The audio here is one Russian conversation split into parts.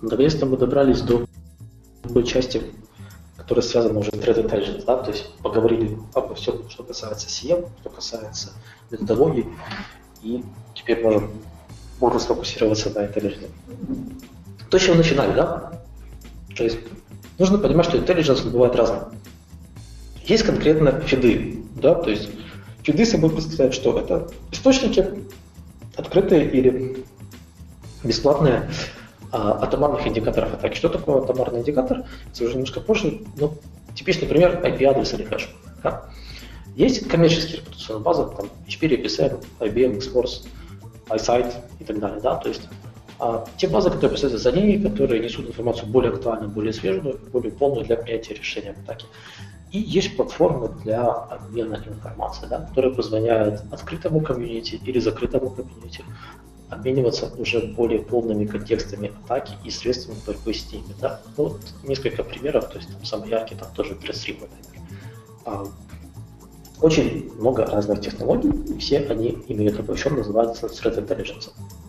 Наконец-то мы добрались до той части, которая связана уже с Threat Intelligence, да, то есть поговорили обо всем, что касается CM, что касается методологий, и теперь можно сфокусироваться на Intelligence. То, с чего начинали, да? То есть нужно понимать, что Intelligence бывает разным. Есть конкретно фиды, да, то есть фиды собой представляют, что это источники открытые или бесплатные атомарных индикаторов атаки. Что такое атомарный индикатор? Это уже немножко позже, но типичный пример IP-адрес или хэш. Да. Есть коммерческие репутационные базы, там HP, EPSM, IBM, Xforce, iSight и так далее. Да? То есть те базы, которые представляют за ней, которые несут информацию более актуальную, более свежую, более полную для принятия решения об атаке. И есть платформы для обмена информацией, да, которые позволяют открытому комьюнити или закрытому комьюнити обмениваться уже более полными контекстами атаки и средствами борьбы с ними. Да. Ну, вот несколько примеров, то есть там самый яркий, там тоже Press-Stream, например. Очень много разных технологий, и все они имеют обобщенно называются Threat Intelligence.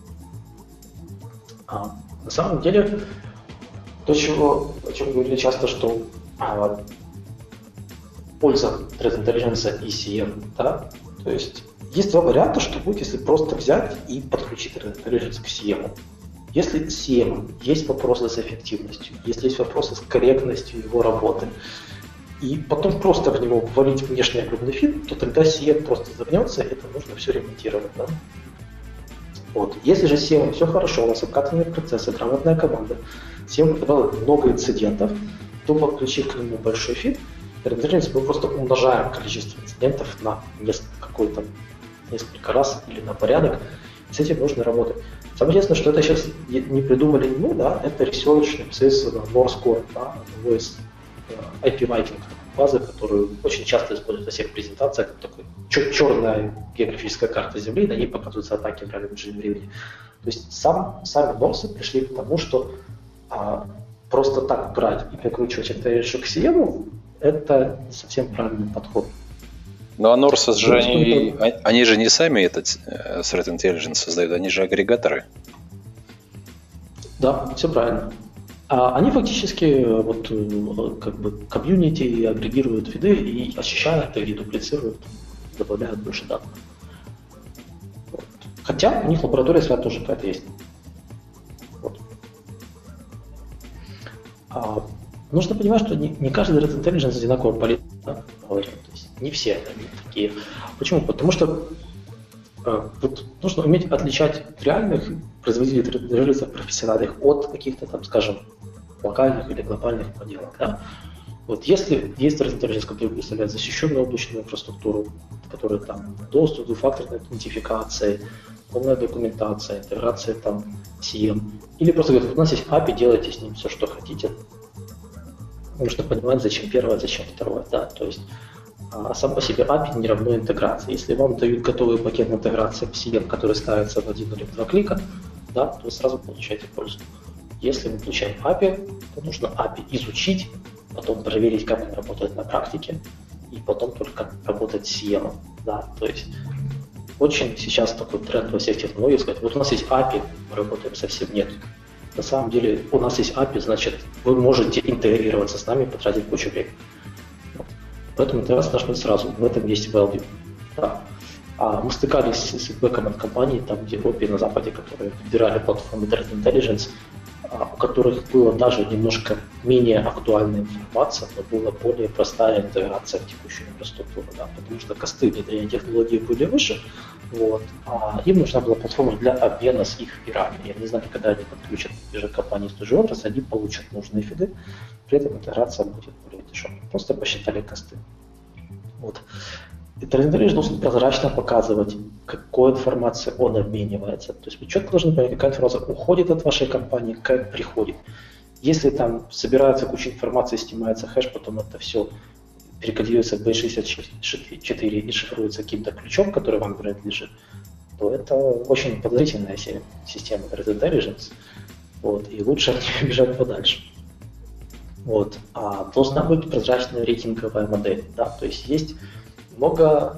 На самом деле, то, о чем говорили часто, что польза Threat Intelligence и CM, да, то есть два варианта, что будет, если просто взять и подключить Threat Intelligence к CM. Если с CM есть вопросы с эффективностью, если есть вопросы с корректностью его работы, и потом просто в него ввалить внешний огромный фид, то тогда CM просто загнется, и это нужно все ремонтировать. Да? Вот. Если же с CM все хорошо, у вас обкатанные процессы, грамотная команда, CM показала много инцидентов, то подключив к нему большой фид, мы просто умножаем количество инцидентов на несколько раз или на порядок. С этим нужно работать. Самое интересное, что это сейчас не придумали не мы, да, это research непосредственно NorthCore, да, одного из IP-Viking базы, которую очень часто используют во всех презентациях, как такой черная географическая карта Земли, на ней показываются атаки в реальном режиме времени. То есть сами Норсы пришли к тому, что просто так брать и прикручивать это решение к CM, это не совсем правильный подход. Ну а Норсы же, они же не сами этот Threat Intelligence создают, они же агрегаторы. Да, все правильно. Они фактически комьюнити агрегируют фиды и очищают или дуплицируют, добавляют больше данных. Вот. Хотя у них лаборатория своя тоже какая-то есть. Вот. Нужно понимать, что не каждый Threat Intelligence одинаково полезен. Да? То есть не все они такие. Почему? Потому что нужно уметь отличать реальных производителей Threat Intelligence профессиональных от каких-то там, скажем, локальных или глобальных поделок. Да? Вот если есть Threat Intelligence, который представляет защищенную облачную инфраструктуру, которая там доступ, двухфакторная идентификация, полная документация, интеграция там CM, или просто говорят, у нас есть API, делайте с ним все, что хотите. Нужно понимать, зачем первое, зачем второе. Да? То есть сам по себе API не равно интеграции. Если вам дают готовый пакет интеграции в CM, который ставится в один или два клика, да, то вы сразу получаете пользу. Если мы получаем API, то нужно API изучить, потом проверить, как он работает на практике, и потом только работать с CM. Да? То есть очень сейчас такой тренд во всех технологиях сказать, вот у нас есть API, мы работаем совсем нет. На самом деле у нас есть API, значит, вы можете интегрироваться с нами, потратить кучу времени. Вот. Поэтому интеграция должна быть сразу, в этом есть value. Да. Мы стыкались с фидбэком от компаний, там в Европе и на Западе, которые выбирали платформы Threat Intelligence, у которых была даже немножко менее актуальная информация, но была более простая интеграция в текущую инфраструктуру, да, потому что косты внедрения технологий были выше, вот, а им нужна была платформа для обмена с их фидами. И они знали, когда они подключат же компании из той же отрасли, они получат нужные фиды, при этом интеграция будет более дешевой. Просто посчитали косты. Вот. И Threat Intelligence должен прозрачно показывать, какой информацией он обменивается. То есть вы четко должны понять, какая информация уходит от вашей компании, какая приходит. Если там собирается куча информации, снимается хэш, потом это все перекодируется в B64 и шифруется каким-то ключом, который вам принадлежит, то это очень подозрительная система Threat Intelligence. Вот, и лучше от нее бежать подальше. Вот. Должна быть прозрачная рейтинговая модель. Да? То есть есть много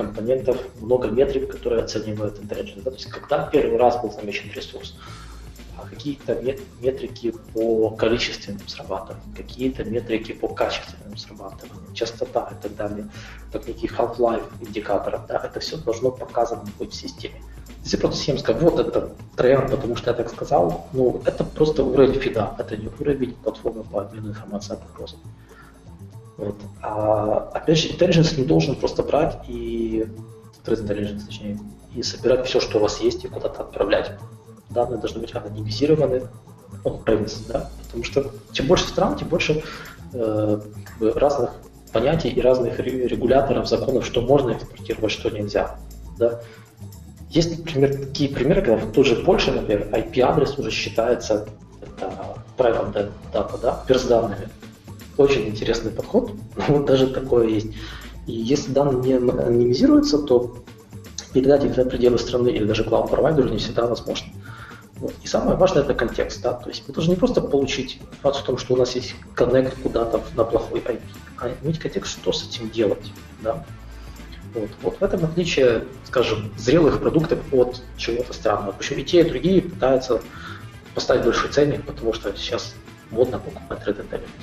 компонентов, много метрик, которые оценивают intelligence. Да? То есть когда первый раз был замечен ресурс, а какие-то метрики по количественным срабатываниям, какие-то метрики по качественным срабатываниям, частота и так далее, так никаких half-life индикаторов, да, это все должно показано быть в системе. Если просто схема сказать, вот это троян, потому что я так сказал, ну, это просто уровень фида, это не уровень платформы по обмену информацией об угрозах. Вот. А опять же, intelligence не должен просто брать и threat intelligence, точнее, и собирать все, что у вас есть, и куда-то отправлять. Данные должны быть анонимизированы on-premise, да? Потому что чем больше стран, тем больше разных понятий и разных регуляторов, законов, что можно экспортировать, что нельзя. Да? Есть, например, такие примеры, когда в той же Польше, например, IP-адрес уже считается private data, да, перс-данными. Очень интересный подход, но вот даже такое есть. И если данные не анонимизируются, то передать их за пределы страны или даже клауд-провайдеру не всегда возможно. Вот. И самое важное – это контекст. Да? То есть вы должны не просто получить информацию о том, что у нас есть коннект куда-то на плохой IP, а иметь контекст, что с этим делать. Да? Вот в этом отличие, скажем, зрелых продуктов от чего-то странного. Причем и те, и другие пытаются поставить большой ценник, потому что сейчас модно покупать Threat Intelligence.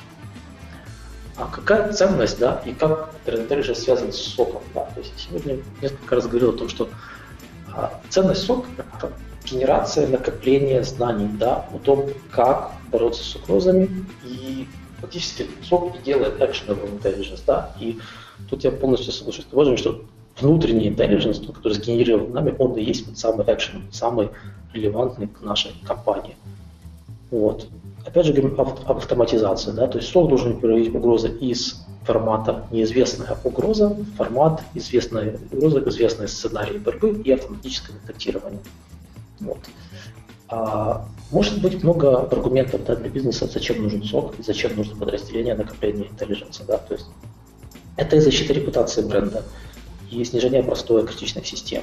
А какая ценность, да, и как Threat Intelligence связан с соком, да? То есть сегодня несколько раз говорил о том, что ценность сок – это генерация, накопление знаний, да, о том, как бороться с угрозами, и фактически сок делает actionable intelligence, да, и тут я полностью соглашусь с тобой, что внутренний intelligence, который сгенерирован нами, он и есть вот самый action, самый релевантный к нашей компании. Вот. Опять же говорим об автоматизации, да, то есть сок должен переводить угрозы из формата неизвестная угроза в формат известная угроза, известные сценарии борьбы и автоматическое детектирование. Вот. Может быть много аргументов, да, для бизнеса, зачем нужен сок и зачем нужно подразделение накопления интеллигенса, да, то есть это и защита репутации бренда, и снижение простоя критичных систем,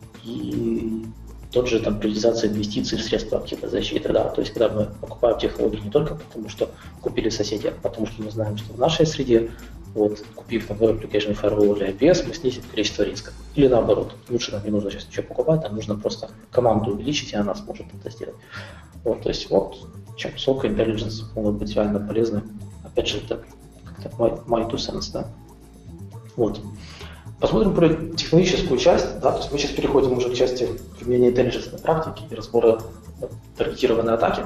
и тот же там приоритизация инвестиций в средства активной защиты, да, то есть когда мы покупаем технологии не только потому, что купили соседи, а потому что мы знаем, что в нашей среде, вот, купив новый application firewall или IPS, мы снизим количество риска. Или наоборот, лучше нам не нужно сейчас ничего покупать, нам нужно просто команду увеличить, и она сможет это сделать. Вот, то есть вот, чем SOC и Intelligence могут быть реально полезны. Опять же, это как-то my two cents, да. Вот. Посмотрим про технологическую часть, да, то есть мы сейчас переходим уже к части применения intelligence на практике и разбора таргетированной атаки.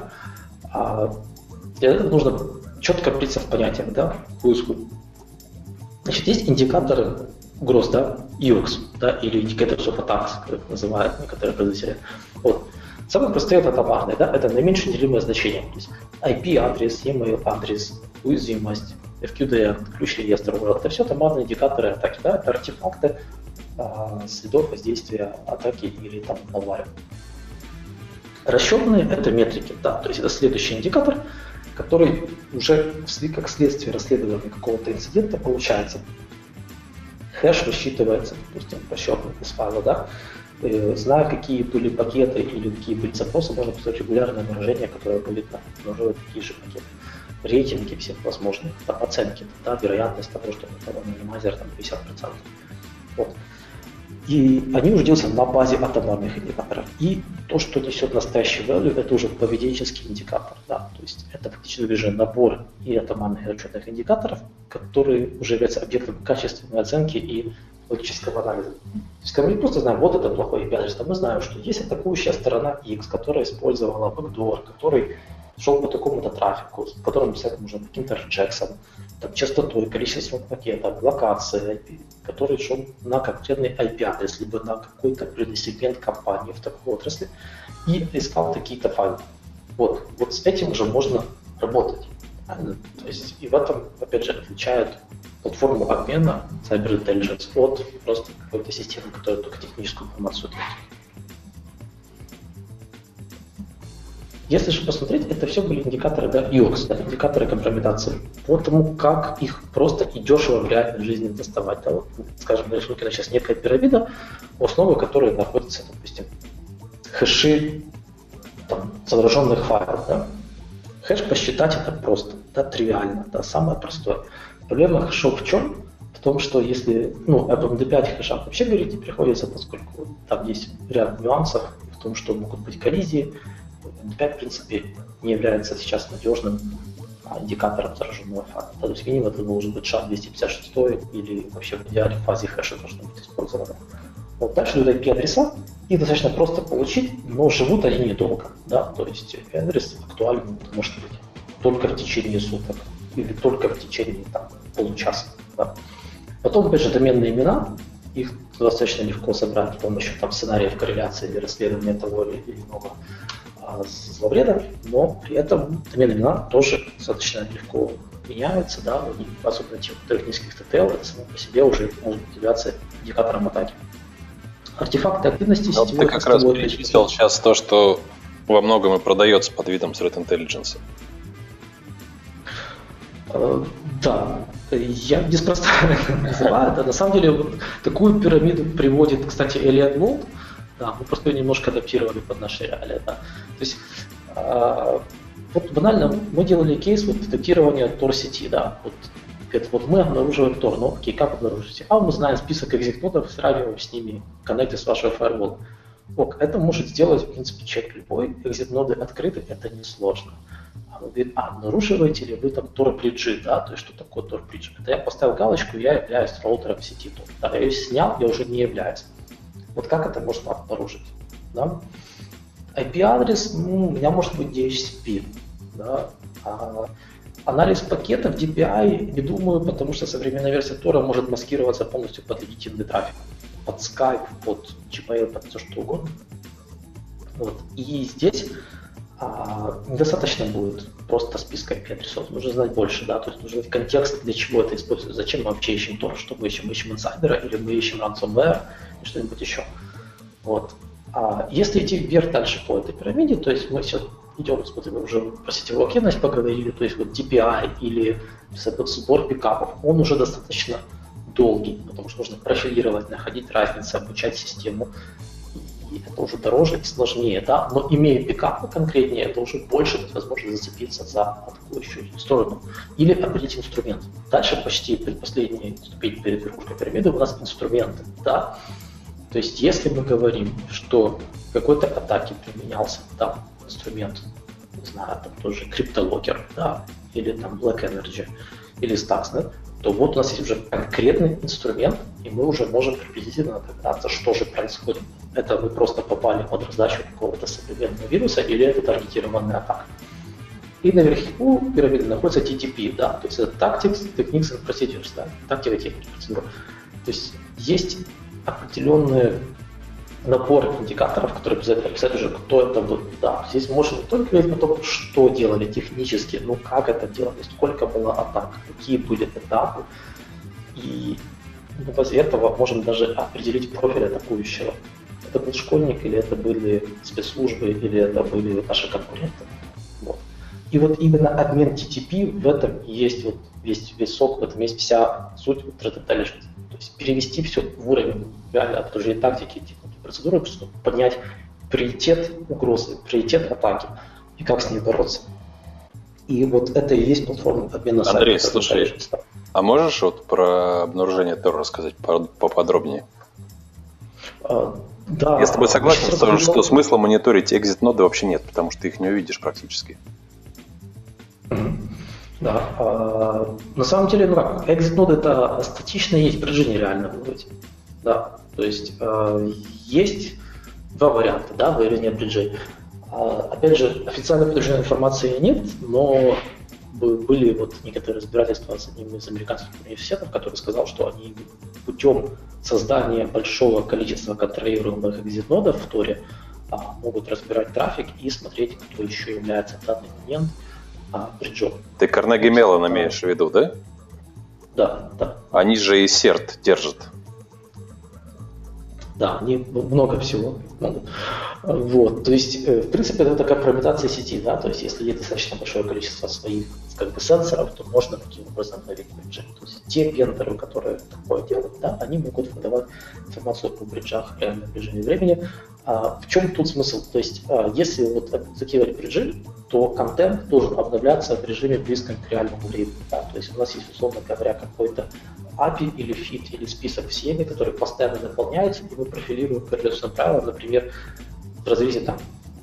Для этого нужно четко определиться в понятиях, да, who is who. Значит, есть индикаторы угроз, да, UX, да, или indicators of attacks, как их называют некоторые пользователи. Вот. Самые простые это товарные, да, это наименьшее делимое значение, то есть IP-адрес, e-mail адрес, уязвимость, FQDN, ключ реестра, это все товарные индикаторы атаки, да, это артефакты следов воздействия атаки или там malware. Расчетные это метрики, да, то есть это следующий индикатор, который уже как следствие расследования какого-то инцидента получается. Хэш высчитывается, допустим, расчетный из файла, да, зная, какие были пакеты или какие были запросы, можно поставить регулярное выражение, которое будет обнаруживать такие же пакеты. Рейтинги всех возможных, там, оценки, да, вероятность того, что минимайзер там 50%. Вот. И они уже делаются на базе атомарных индикаторов. И то, что несет настоящий value, это уже поведенческий индикатор. Да? То есть это фактически уже набор и атомарных и расчетных индикаторов, которые уже являются объектом качественной оценки и логического анализа. То есть когда мы не просто знаем, вот это плохой IP-адрес, мы знаем, что есть атакующая сторона X, которая использовала backdoor, который шел по такому-то трафику, с которым писать нужно каким-то реджексом, там, частотой, количеством пакетов, локацией IP, который шел на конкретный IP-адрес, либо на какой-то определенный сегмент компании в такой отрасли и искал какие-то файлы. Вот с этим уже можно работать. То есть и в этом, опять же, отличает платформу обмена Cyber Intelligence от просто какой-то системы, которая только техническую информацию дает. Если же посмотреть, это все были индикаторы, да, UX, да, индикаторы компрометации. По тому, как их просто и дешево в реальной жизни доставать. Да, вот, скажем, нарисуем сейчас некая пирамида, в основе которой находятся, допустим, хэши там, замороженных файлов. Да. Хэш посчитать это просто, да, тривиально, да, самое простое. Проблема хэшов в чем? В том, что если об MD5 хэшах вообще говорить не приходится, поскольку там есть ряд нюансов в том, что могут быть коллизии, NDPI, в принципе, не является сейчас надежным индикатором зараженного фазы. То есть минимум это должен быть SHA-256 или вообще в идеале в фазе хэша должно быть использовано. Вот дальше идут IP-адреса, их достаточно просто получить, но живут они недолго. Да? То есть IP-адрес актуален может быть только в течение суток или только в течение получаса. Да? Потом, опять же, доменные имена, их достаточно легко собрать с помощью сценариев корреляции или расследования того или иного зловреда, но при этом доменные имена тоже достаточно легко меняются, да, особенно те, у которых низких TTL, это само по себе уже может являться индикатором атаки. Артефакты активности сетевой... Ты как раз перечислил сейчас то, что во многом и продается под видом Threat Intelligence. Да, я неспроста называю это. На самом деле, вот такую пирамиду приводит, кстати, Элиот Волт. Да, мы просто ее немножко адаптировали под наши реалии. Да. То есть, вот банально, мы делали кейс детектирования Tor-сети. Да. Вот мы обнаруживаем Tor, но окей, как обнаружить? Мы знаем список экзит-нодов, сравниваем с ними коннекты с вашего фаервола. Это может сделать, в принципе, человек любой. Экзит-ноды открыты, это несложно. Он говорит, нарушиваете ли вы Tor-бриджи, да, то есть что такое Tor-бридж? Это я поставил галочку, я являюсь роутером сети Tor. Да, я ее снял, я уже не являюсь. Вот как это можно обнаружить? Да? IP-адрес, у меня может быть DHCP. Да? Анализ пакетов DPI не думаю, потому что современная версия Tor может маскироваться полностью под легитимный трафик. Под Skype, под Gmail, под все что угодно. И здесь недостаточно будет просто списка IP-адресов. Нужно знать больше, да, то есть нужен контекст, для чего это используется, зачем мы вообще ищем Tor, что мы ищем инсайдера или мы ищем ransomware или что-нибудь еще. Если идти вверх дальше по этой пирамиде, то есть мы сейчас идем, смотрим, уже про сетевую активность поговорили, то есть DPI или сбор пикапов, он уже достаточно долгий, потому что нужно профилировать, находить разницы, обучать систему. И это уже дороже и сложнее, да, но имея пикапы конкретнее, это уже больше возможность зацепиться за атакующую сторону или определить инструмент. Дальше почти предпоследняя ступень перед верхушкой пирамиды у нас инструменты, да. То есть если мы говорим, что в какой-то атаке применялся инструмент, не знаю, тоже криптологер, да, или Black Energy, или Stuxnet, то вот у нас есть уже конкретный инструмент, и мы уже можем приблизительно догадаться, что же происходит. Это мы просто попали под раздачу какого-то современного вируса или это таргетированная атака. И наверху пирамиды находится TTP, да, то есть это Tactics, Techniques and Procedures, да, тактика, техники, процедуры. То есть определенный набор индикаторов, которые обязательно описать уже, кто это был. Да, здесь можно не только говорить о том, что делали технически, но как это делали, сколько было атак, какие были этапы. И после этого можем даже определить профиль атакующего. Это был школьник, или это были спецслужбы, или это были наши конкуренты. И именно обмен TTP, в этом есть весь сок, в этом есть вся суть Threat Intelligence. То есть перевести все в уровень реально обнаружения тактики, процедуры, чтобы поднять приоритет угрозы, приоритет атаки и как с ней бороться. И это и есть платформа обмена сайтов. Андрей, слушай, а можешь про обнаружение Tor рассказать поподробнее? Да. Я с тобой согласен, что смысла мониторить экзит-ноды вообще нет, потому что ты их не увидишь практически. Да. На самом деле, экзит-ноды это статично, есть бриджи нереально выводить. Да. То есть есть два варианта, да, выявления бриджей. Опять же, официально подтвержденной информации нет, но были некоторые разбирательства с одним из американских университетов, который сказал, что они путем создания большого количества контролируемых экзит-нодов в Торе могут разбирать трафик и смотреть, кто еще является в данный момент бриджом. Ты Карнеги Меллон имеешь в виду, да? Да. Они же и CERT держат. Да, они много всего могут. То есть, в принципе, это такая параметрация сети, да, то есть, если есть достаточно большое количество своих, сенсоров, то можно таким образом ловить бриджи. То есть, те вендоры, которые такое делают, да, они могут выдавать информацию о бриджах в реальном режиме времени. В чем тут смысл? То есть, если закидывать бриджи, то контент должен обновляться в режиме близком к реальному времени. Да? То есть, у нас есть, условно говоря, какой-то API или фит или список всеми, которые постоянно заполняются, и мы профилируем корреляционным правилом, например, в разрезе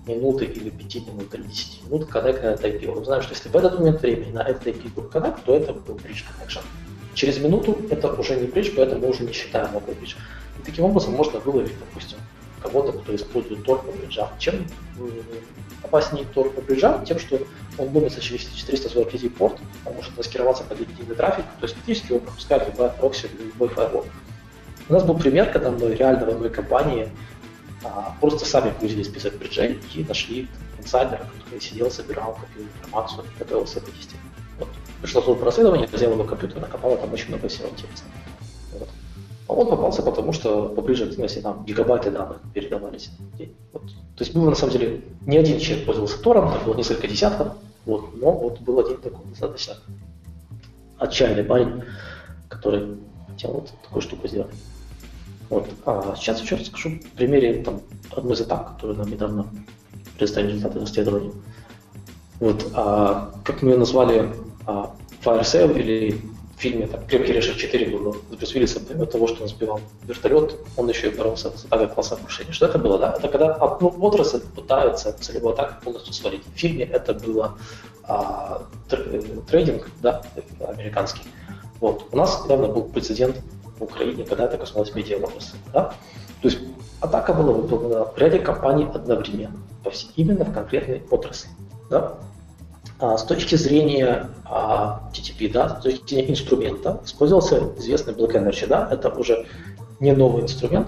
минуты или 5 минут или 10 минут коннект на этот IP. Мы знаем, что если в этот момент времени на этот IP был коннект, то это был bridge connection. Через минуту это уже не bridge, поэтому мы уже не считаем его bridge. И таким образом можно выловить, допустим, кого-то, кто использует торг по бриджам. Чем опаснее торг по бриджам? Тем, что он ломится через 445 порт, он может маскироваться под единый трафик, то есть фактически он пропускает любой прокси, любой фаервол. У нас был пример, когда мы реально в одной компании просто сами грузили список бриджей и нашли инсайдера, который сидел, собирал, копил информацию, готовился к тесту. Вот. Пришло служба расследования, взял его компьютер, накопало там очень много всего интересного. Вот. А он попался, потому что по бриджам активности нам гигабайты данных передавались в день. Вот. То есть было на самом деле не один человек пользовался тором, там было несколько десятков, вот, но вот был один такой достаточно отчаянный парень, который хотел вот такую штуку сделать. Вот. А сейчас еще расскажу в примере там, одной из атак, которую нам недавно представили результаты расследования. Вот. Как мы ее назвали, Fire Sale, или в фильме «Крепкий орешек 4» было с Брюс Уиллисом, помимо того, что он сбивал вертолет, он еще и боролся с атакой класса повышения. Что это было? Да? Это когда отрасль пытается целевую атаку полностью свалить. В фильме это было трейдинг, да, американский. Вот. У нас недавно был прецедент в Украине, когда это коснулось медиа-отрасли. Да? То есть атака была выполнена в ряде компаний одновременно, именно в конкретной отрасли. Да? С точки зрения TTP, да, с точки зрения инструмента, использовался известный Black Energy. Да? Это уже не новый инструмент,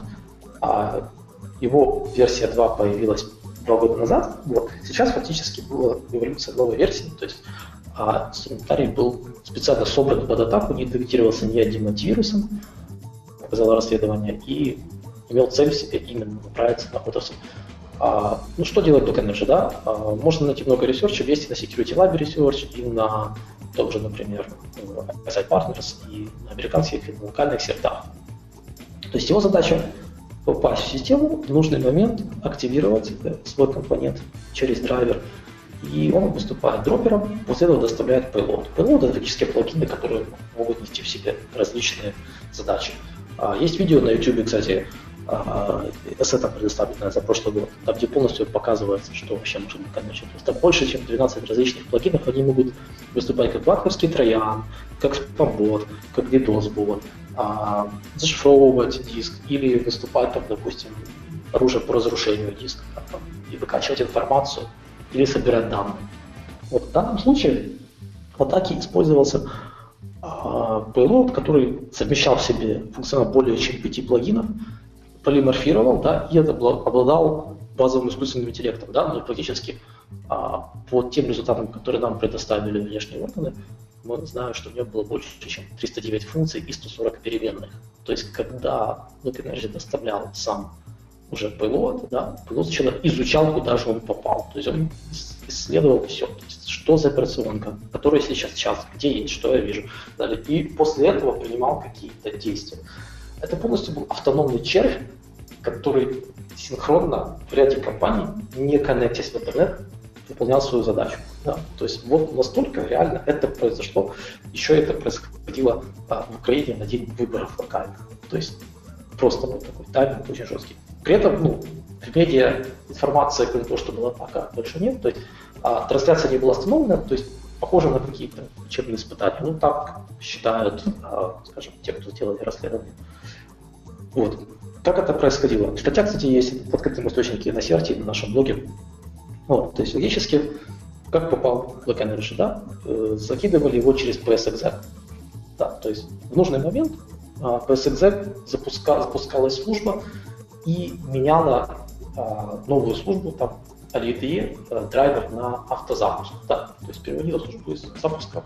его версия 2 появилась 2 года назад. Вот. Сейчас фактически была эволюция новой версии, то есть инструментарий был специально собран под атаку, не детектировался ни одним антивирусом, показало расследование, и имел цель в себе именно направиться на отрасль. Что делает Black Energy? Да? Можно найти много ресерчев, есть и на Security Lab Research, и на том же, например, SI Partners, и на американских, и на локальных сертах. То есть его задача попасть в систему, в нужный момент активировать свой компонент через драйвер, и он выступает дропером, после этого доставляет payload. Payload — это фактически плагины, которые могут нести в себе различные задачи. Есть видео на YouTube, кстати, эссе предоставленное за прошлый год, там где полностью показывается, что вообще может быть Energy. Там больше, чем 12 различных плагинов, они могут выступать как банковский троян, как спам-бот, как DDoS-бот, зашифровывать диск или выступать, там, допустим, оружие по разрушению диска, и выкачивать информацию, или собирать данные. Вот в данном случае в атаке использовался payload, который совмещал в себе функционал более чем 5 плагинов, полиморфировал, да, и это обладал базовым искусственным интеллектом, да, но фактически по тем результатам, которые нам предоставили внешние органы, мы знаем, что у него было больше, чем 309 функций и 140 переменных. То есть, когда Black Energy доставлял сам уже payload, да, payload сначала изучал, куда же он попал. То есть он исследовал все. То есть, что за операционка, которая сейчас час, где есть, что я вижу. Далее. И после этого принимал какие-то действия. Это полностью был автономный червь, который синхронно в ряде компаний, не коннектясь в интернет, выполнял свою задачу. Да. То есть вот настолько реально это произошло. Еще это происходило в Украине на день выборов локальных. То есть просто вот такой тайминг очень жесткий. При этом в медиа информация, кроме того, что была атака, больше нет. То есть трансляция не была остановлена, то есть похоже на какие-то учебные испытания. Ну так считают, скажем, те, кто делали расследование. Вот. Как это происходило? Статья, кстати, есть в открытом источнике на серте, на нашем блоге. Вот. То есть логически, как попал Black Energy, да? Закидывали его через PSExec. Да, то есть в нужный момент PSExec запускалась служба и меняла новую службу, там, LEDE, драйвер на автозапуск. Да, то есть переводила службу из запуска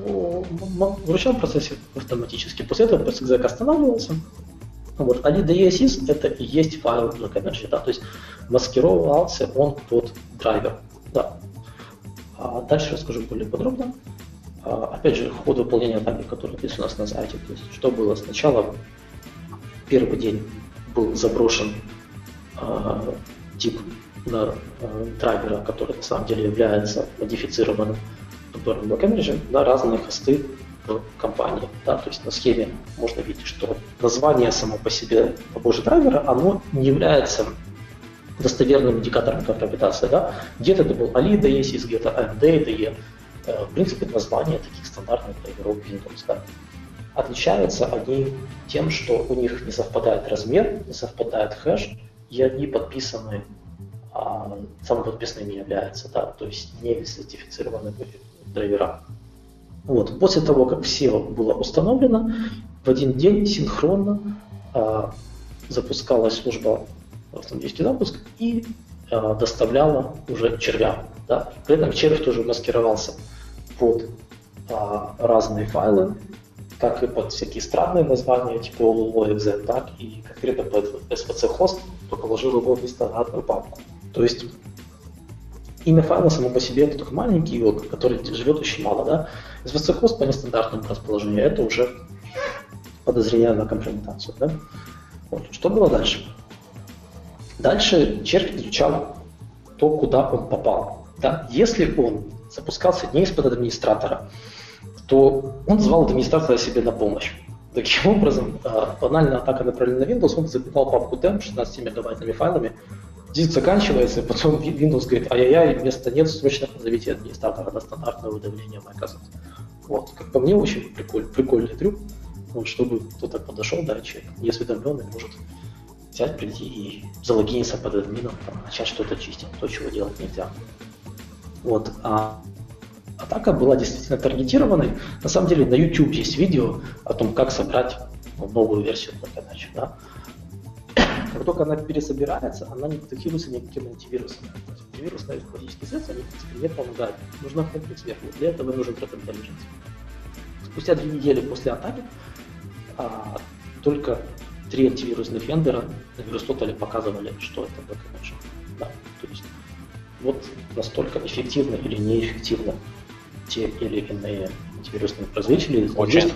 в ручном процессе автоматически. После этого PSExec останавливался. Вот, LEDE assist — это и есть файл Black Energy, да, то есть маскировался он под драйвер. Да. Дальше расскажу более подробно. Опять же, ход выполнения атаки, который есть у нас на сайте. То есть, что было сначала? Первый день был заброшен тип драйвера, который на самом деле является модифицированным подбором Black Energy на разные хосты в компании. Да? То есть на схеме можно видеть, что название само по себе того же драйвера, оно не является достоверным индикатором компрометации, да, где-то это был Ali DESIS, где-то AMD DE. В принципе, названия таких стандартных драйверов Windows, да. Отличаются они тем, что у них не совпадает размер, не совпадает хэш, и они подписаны, самоподписанными являются, да, то есть не сертифицированные драйвера. Вот. После того, как все было установлено, в один день синхронно запускалась служба автоматический запуск и доставляла уже червя. Да. При этом червь тоже маскировался под разные файлы, как и под всякие странные названия, типа OLLO.exe, так и конкретно под SVC-хост, то положил его в нестандартную папку. То есть имя файла само по себе это только маленький ИО, который живет очень мало. Да? SVC-хост по нестандартному расположению это уже подозрение на компрометацию. Да? Вот. Что было дальше? Дальше червь изучал то, куда он попал. Да? Если он запускался не из-под администратора, то он звал администратора себе на помощь. Таким образом, банальная атака направлена на Windows, он запитал папку temp 16 мегабайтными файлами, диск заканчивается, и потом Windows говорит, ай-яй-яй, места нет, срочно позовите администратора на стандартное уведомление Microsoft. Вот. Как по мне, очень прикольный трюк, вот, чтобы кто-то подошел, да, человек неосведомленный может взять, прийти и залогиниться под админом, начать что-то чистить, то, чего делать нельзя. Вот. Атака была действительно таргетированной. На самом деле на YouTube есть видео о том, как собрать новую версию Notch. Да? Как только она пересобирается, она не детектируется никаким антивирусом. Антивирусные классические средства, они в принципе не помогают. Нужно комплекс сверху. Для этого нужен Threat Intelligence. Спустя 2 недели после атаки только 3 антивирусных вендора на VirusTotal показывали, что это Notch. Да, то есть вот настолько эффективно или неэффективно те или иные антивирусные производители.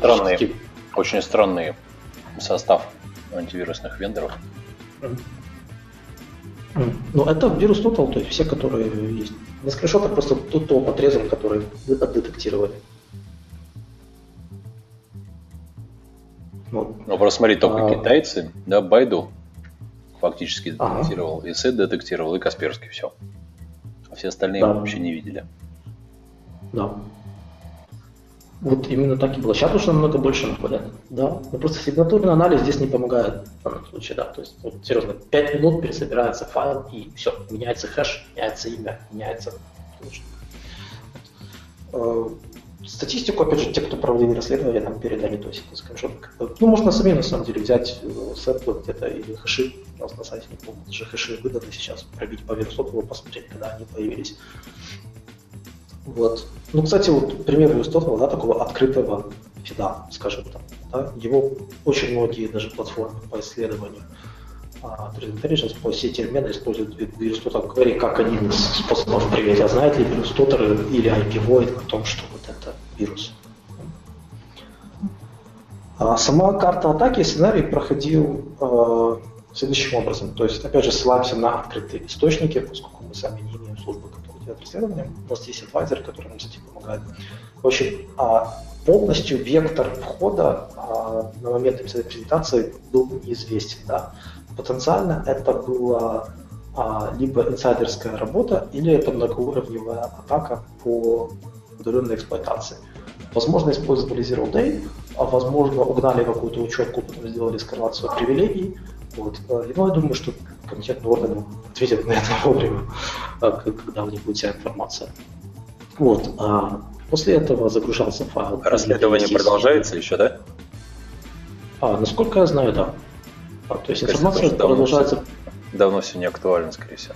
Очень странный состав антивирусных вендоров. Ну, это VirusTotal, то есть все, которые есть. На скриншотах просто тот отрезок, который вы отдетектировали. Вот. Ну, просто смотри, только китайцы, да, Baidu фактически детектировал, и Сет детектировал, и Касперский, все. А все остальные вообще не видели. Да. Вот именно так и было. Сейчас уже намного больше находят. Да. Но просто сигнатурный анализ здесь не помогает в данном случае, да. То есть, вот, серьезно, 5 минут пересобирается файл, и все, меняется хэш, меняется имя, меняется. Статистику, опять же, те, кто проводили расследование, нам передали, то есть скриншот. Ну, можно сами на самом деле взять сэмплы где-то или хэши, просто на сайте не помню, даже хэши выданы сейчас, пробить по VirusTotal, посмотреть, когда они появились. Вот. Ну, кстати, вот пример VirusTotal, да, такого открытого фида, скажем так. Да, его очень многие даже платформы по исследованию Threat Intelligence по сети обмена используют VirusTotal Query как один из способов проверить, а знает ли VirusTotal или IP Void о том, что вот это вирус. Сама карта атаки, сценарий проходил следующим образом. То есть, опять же, ссылаемся на открытые источники, поскольку мы сами не имеем службы, которые делают расследование. У нас есть адвайзер, который нам с этим помогает. В общем, полностью вектор входа на момент этой презентации был неизвестен. Да. Потенциально это была либо инсайдерская работа, или это многоуровневая атака по удаленной эксплуатации. Возможно, использовали Zero Day, а возможно, угнали какую-то учетку, потом сделали эскалацию привилегий. Вот. Но я думаю, что комитетные органы ответят на это вовремя, когда у них будет вся информация. Вот. После этого загружался файл. Расследование продолжается еще, да? Насколько я знаю, да. То есть информация продолжается. Давно все не актуально, скорее всего.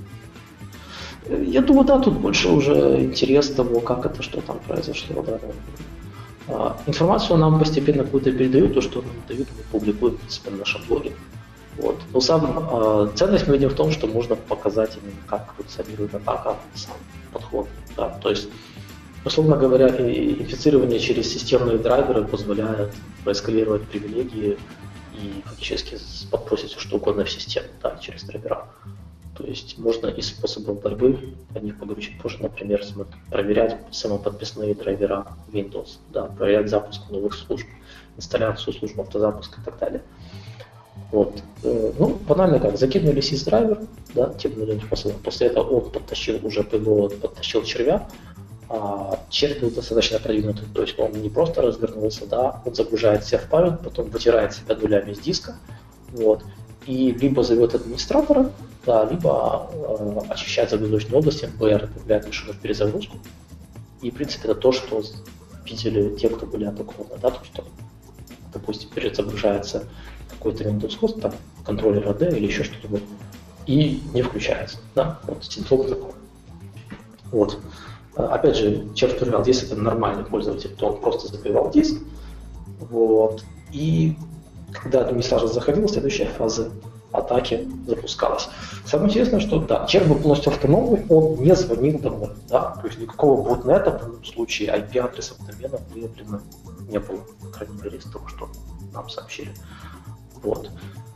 Я думаю, да, тут больше уже интерес того, как это, что там произошло. Да. Информацию нам постепенно какую-то передают, то, что нам дают, мы публикуем, в принципе, на нашем блоге. Вот. Но ценность мы видим в том, что можно показать именно, как функционирует атака, сам подход. Да. То есть, условно говоря, инфицирование через системные драйверы позволяет проэскалировать привилегии и фактически подбросить все что угодно в систему, да, через драйвера. То есть можно из способов борьбы, о них поговорю чуть позже, например, проверять самоподписные драйвера Windows, да, проверять запуск новых служб, инсталляцию служб автозапуска и так далее. Вот. Ну, банально как, закинули sys-драйвер, да, тем или иным способом. После этого он подтащил уже payload, подтащил червя, а червь был достаточно продвинутый, то есть он не просто развернулся, да, он загружает себя в память, потом вытирает себя нулями с диска, вот, и либо зовет администратора, да, либо очищает загрузочные области, МБР добавляет машину в перезагрузку. И, в принципе, это то, что видели те, кто были атакованы, да, то, что, допустим, перезагружается какой-то Windows host, там, контроллер AD или еще что-то, и не включается, да, вот, симптом такой. Вот. Опять же, черт побрал, если это нормальный пользователь, то он просто забивал диск, вот, и когда администратор заходил, следующая фаза атаки запускалась. Самое интересное, что да, червь был полностью автономный, он не звонил домой, да, то есть никакого ботнета в данном случае IP-адресов домена выявлено не было, по крайней мере, из того, что нам сообщили. Вот.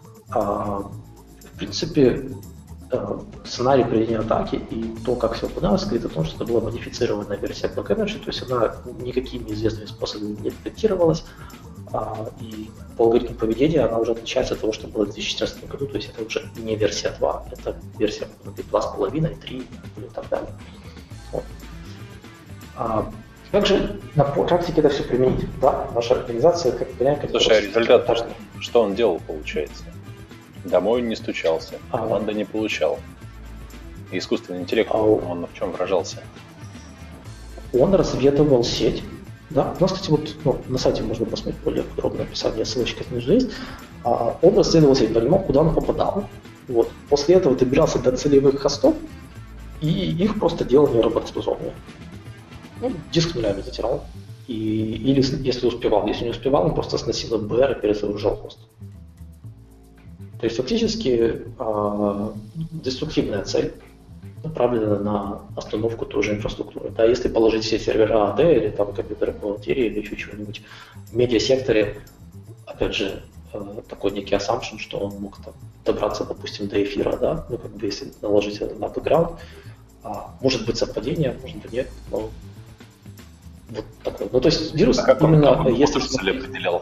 В принципе, сценарий проведения атаки и то, как все выполнялось, говорит о том, что это была модифицированная версия Black Energy, то есть она никакими известными способами не детектировалась, и по алгоритму поведения она уже отличается от того, что было в 2014 году, то есть это уже не версия 2, это версия 2.5, 3 и так далее. Вот. Как же на практике это все применить? Да, наша организация, как понять, как... Слушай, а результат, что он делал, получается? Домой он не стучался, команда не получал. Искусственный интеллект, он в чем выражался? Он разведывал сеть. Да, у нас, кстати, вот на сайте можно посмотреть более подробное описание, ссылочка снизу есть. Он расследовал сеть, понимал, куда он попадал. Вот. После этого добирался до целевых хостов, и их просто делал неработоспособными. Ну, диск нулями затирал. Или если успевал. Если не успевал, он просто сносил МБР и перезагружал хост. То есть фактически деструктивная цель направлена на остановку той же инфраструктуры. Да, если положить все сервера AD или там компьютеры бухгалтерии или еще чего-нибудь в медиасекторе, опять же, такой некий assumption, что он мог там добраться, допустим, до эфира, да, ну как бы если наложить это на бэкграунд, может быть совпадение, может быть нет, но вот такой. Ну то есть вирус именно если цель определял.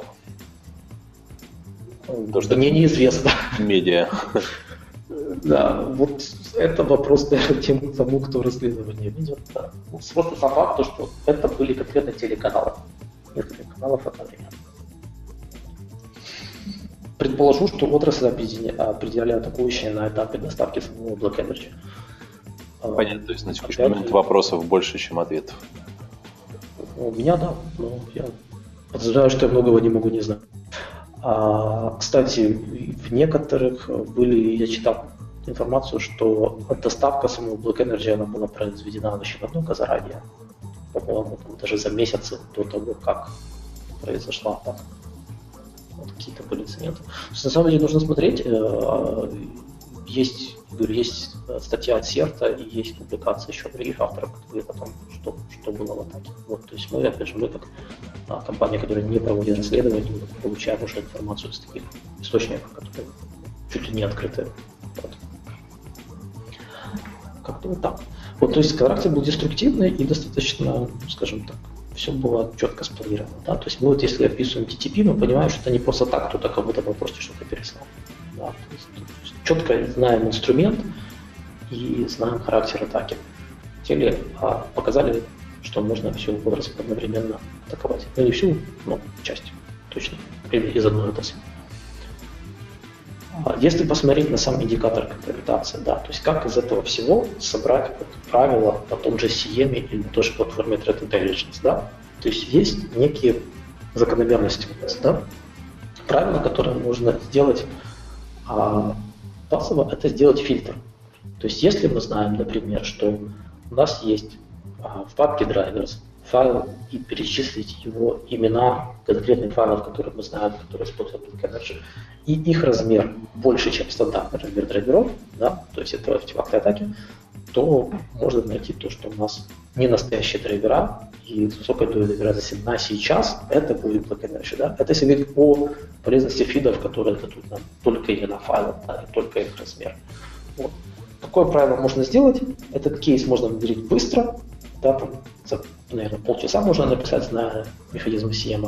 То, что мне неизвестно. Медиа. Да, вот это вопрос тому, кто расследование ведет. Да. Просто сам факт, что это были конкретно телеканалы. Несколько каналов одновременно. Предположу, что отрасль определяли атакующие на этапе доставки самого Black Energy. Понятно, то есть на текущий момент вопросов больше, чем ответов. У меня, да, но я подозреваю, что я многого не могу не знать. Кстати, в некоторых я читал информацию, что доставка самого Black Energy она была произведена еще намного заранее, по-моему, даже за месяцы до того, как произошла атака. Вот какие-то были инциденты. На самом деле нужно смотреть, есть статья от Серта и есть публикация еще других авторов, которые о том, что было в атаке. Вот, то есть мы, опять же, мы как компания, которая не проводит расследование, мы получаем уже информацию из таких источников, которые чуть ли не открытые. Вот. Как-то вот так. Вот, то есть характер был деструктивный и достаточно, скажем так, все было четко спланировано. Да? То есть мы вот если описываем TTP, мы понимаем, что это не просто так, кто-то кому-то просто что-то переслал. Да? То есть четко знаем инструмент и знаем характер атаки. Хотели, показали, что можно всю отрасль одновременно атаковать. Ну не всю, но часть точно из одной отрасли. Если посмотреть на сам индикатор компрометации, да, то есть как из этого всего собрать правила на том же CM или на той же платформе Threat Intelligence, да, то есть есть некие закономерности у нас, да, правила, которые можно сделать базово, это сделать фильтр. То есть если мы знаем, например, что у нас есть в папке drivers файл и перечислить его имена конкретных файлов, которые мы знаем, которые используют Black Energy, и их размер больше, чем стандартный размер драйверов, да, то есть это артефакты атаки, то можно найти то, что у нас не настоящие драйвера, и с высокой долей вероятности на сейчас это будет Black Energy. Да? Это если говорить о полезности фидов, которые дадут нам только имена файлов, да, и только их размер. Вот. Такое правило можно сделать, этот кейс можно внедрить быстро, да, там, за, наверное, полчаса можно написать на механизм CM,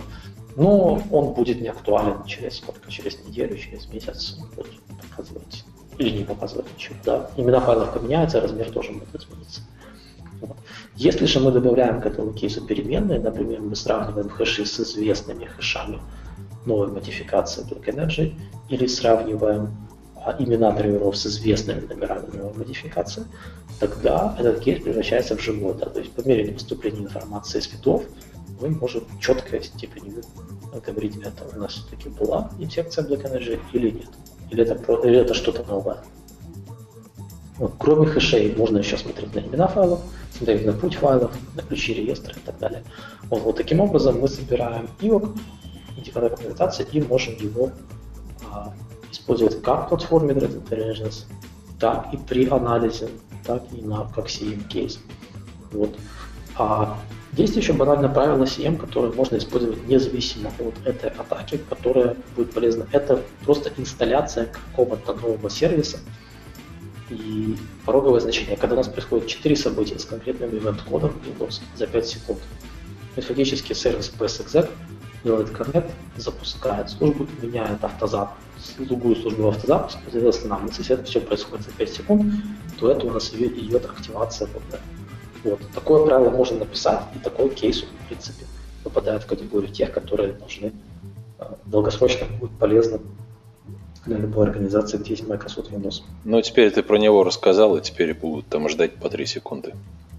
Но он будет не актуален через неделю, через месяц, он будет показывать или не показывать ничего. Да? Имена файлов поменяются, размер тоже может измениться. Вот. Если же мы добавляем к этому кейсу переменные, например, мы сравниваем хэши с известными хэшами новой модификации Block Energy или сравниваем имена драйверов с известными номерами новой модификации, тогда этот кейс превращается в живой. Да? То есть по мере поступления информации из фитов мы можем четкой степенью говорить, это у нас все-таки была инъекция Block Energy или нет. Или это что-то новое. Вот. Кроме хэшей можно еще смотреть на имена файлов, смотреть на путь файлов, на ключи реестра и так далее. Вот таким образом мы собираем IOC, индикатор конвертации, и можем его использовать как в платформе Threat Intelligence, так и при анализе, так и как CM кейс. Вот. Есть еще банальное правило CM, которое можно использовать независимо от этой атаки, которая будет полезна. Это просто инсталляция какого-то нового сервиса и пороговое значение. Когда у нас происходит 4 события с конкретным ивент-кодом Windows за 5 секунд, то есть фактически сервис PSExec делает коннект, запускает службу, меняет автозапуск, другую службу автозапуск, останавливается. Если это все происходит за 5 секунд, то это у нас идет активация ВП. Вот. Такое правило можно написать, и такой кейс, в принципе, попадает в категорию тех, которые должны долгосрочно быть полезны для любой организации, где есть Microsoft Windows. Ну, теперь ты про него рассказал, и теперь будут там ждать по 3 секунды.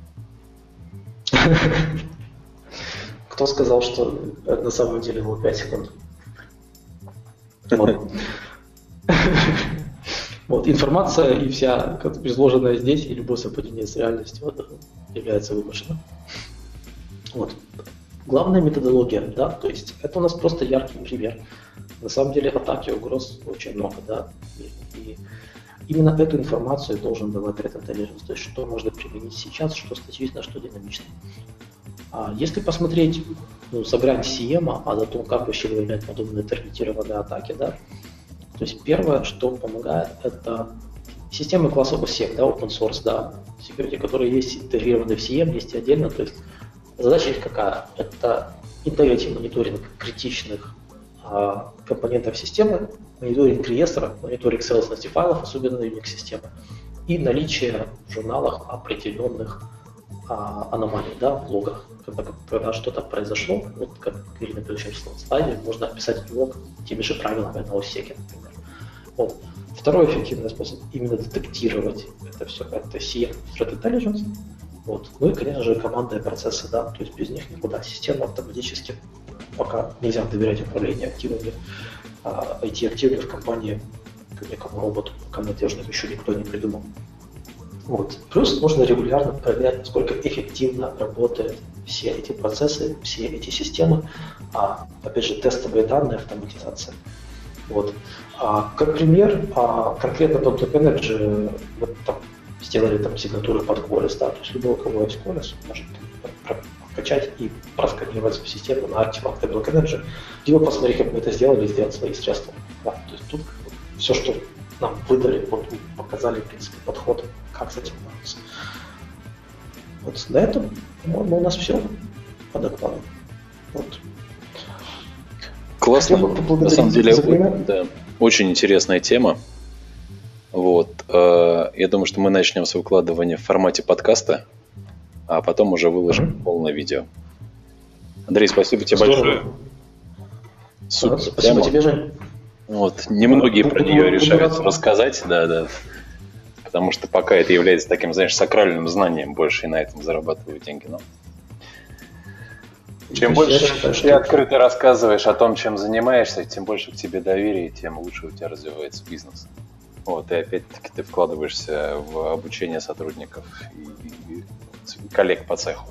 Кто сказал, что на самом деле было 5 секунд? Вот, информация и вся, как изложенная здесь, и любое совпадение с реальностью является вымышленным. Вот. Главная методология, да, то есть это у нас просто яркий пример. На самом деле атаки угроз очень много, да, и именно эту информацию должен давать Threat Intelligence, то есть что можно применить сейчас, что статично, что динамично. Если посмотреть за грань CM, а за то, как вообще выявлять подобные таргетированные атаки, да, то есть первое, что помогает, это системы класса OSSEC, да, open source, да, security, которые есть интегрированы в CM, есть и отдельно. То есть задача их какая? Это integrity мониторинг критичных компонентов системы, мониторинг реестра, мониторинг целостности файлов, особенно Unix-системы, и наличие в журналах определенных аномалий, да, в логах. Когда что-то произошло, вот как говорили на предыдущем слайде, можно описать лог теми же правилами на OSSEC, например. Вот. Второй эффективный способ именно детектировать это все, это CM, Threat Intelligence. Вот. Ну и, конечно же, команды и процессы, да, то есть без них никуда. Система автоматически, пока нельзя доверять управлению активами, IT-активами в компании некому роботу, пока надежных еще никто не придумал. Вот. Плюс можно регулярно проверять, насколько эффективно работают все эти процессы, все эти системы. Опять же, тестовые данные, автоматизация. Вот. Как пример, конкретно под Block Energy вот там сделали там сигнатуры под Qualys, да, то есть любой, у кого есть Qualys, может прокачать и просканировать в систему на артефакты Block Energy, либо посмотреть, как мы это сделали, и сделать свои средства. Да, то есть тут все, что нам выдали, вот показали, в принципе, подход, как с этим бороться. Вот на этом, по-моему, у нас все по докладу. Вот. Классно. На самом деле, да, очень интересная тема. Вот. Я думаю, что мы начнем с выкладывания в формате подкаста, а потом уже выложим полное видео. Андрей, спасибо тебе большое. Супер. Спасибо тебе, Жень. Вот. Немногие про нее решаются рассказать, да. Потому что пока это является таким, знаешь, сакральным знанием, больше и на этом зарабатывают деньги. Но чем больше ты открыто рассказываешь о том, чем занимаешься, тем больше к тебе доверия, тем лучше у тебя развивается бизнес. Вот, и опять-таки ты вкладываешься в обучение сотрудников и коллег по цеху.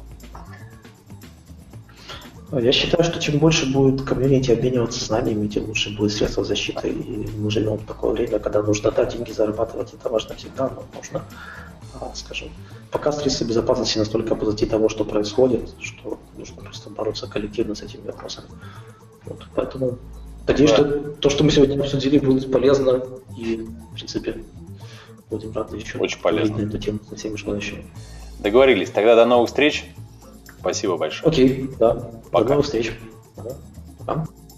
Я считаю, что чем больше будет комьюнити обмениваться знаниями, тем лучше будет средства защиты. И мы живем в такое время, когда нужно деньги зарабатывать, это важно всегда, но нужно, скажем, пока средства безопасности настолько позади того, что происходит, что нужно просто бороться коллективно с этими вопросами. Вот, поэтому надеюсь, что то, что мы сегодня обсудили, будет полезно, и, в принципе, будем рады еще поговорить на эту тему со всеми желающими. Договорились. Тогда до новых встреч. Спасибо большое. Окей, да. Пока. До новых встреч. Пока. Да?